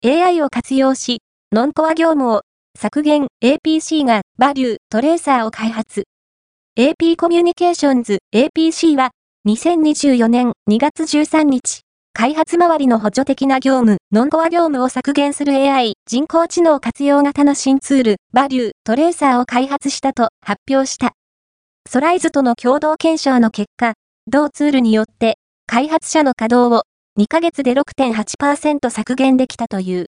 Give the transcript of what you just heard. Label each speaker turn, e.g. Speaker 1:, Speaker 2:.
Speaker 1: AI を活用し、ノンコア業務を削減。 APC がバリュートレーサーを開発。AP コミュニケーションズ APC は2024年2月13日、開発周りの補助的な業務、ノンコア業務を削減する AI 人工知能活用型の新ツール、バリュートレーサーを開発したと発表した。ソライズとの共同検証の結果、同ツールによって開発者の稼働を2ヶ月で 6.8% 削減できたという。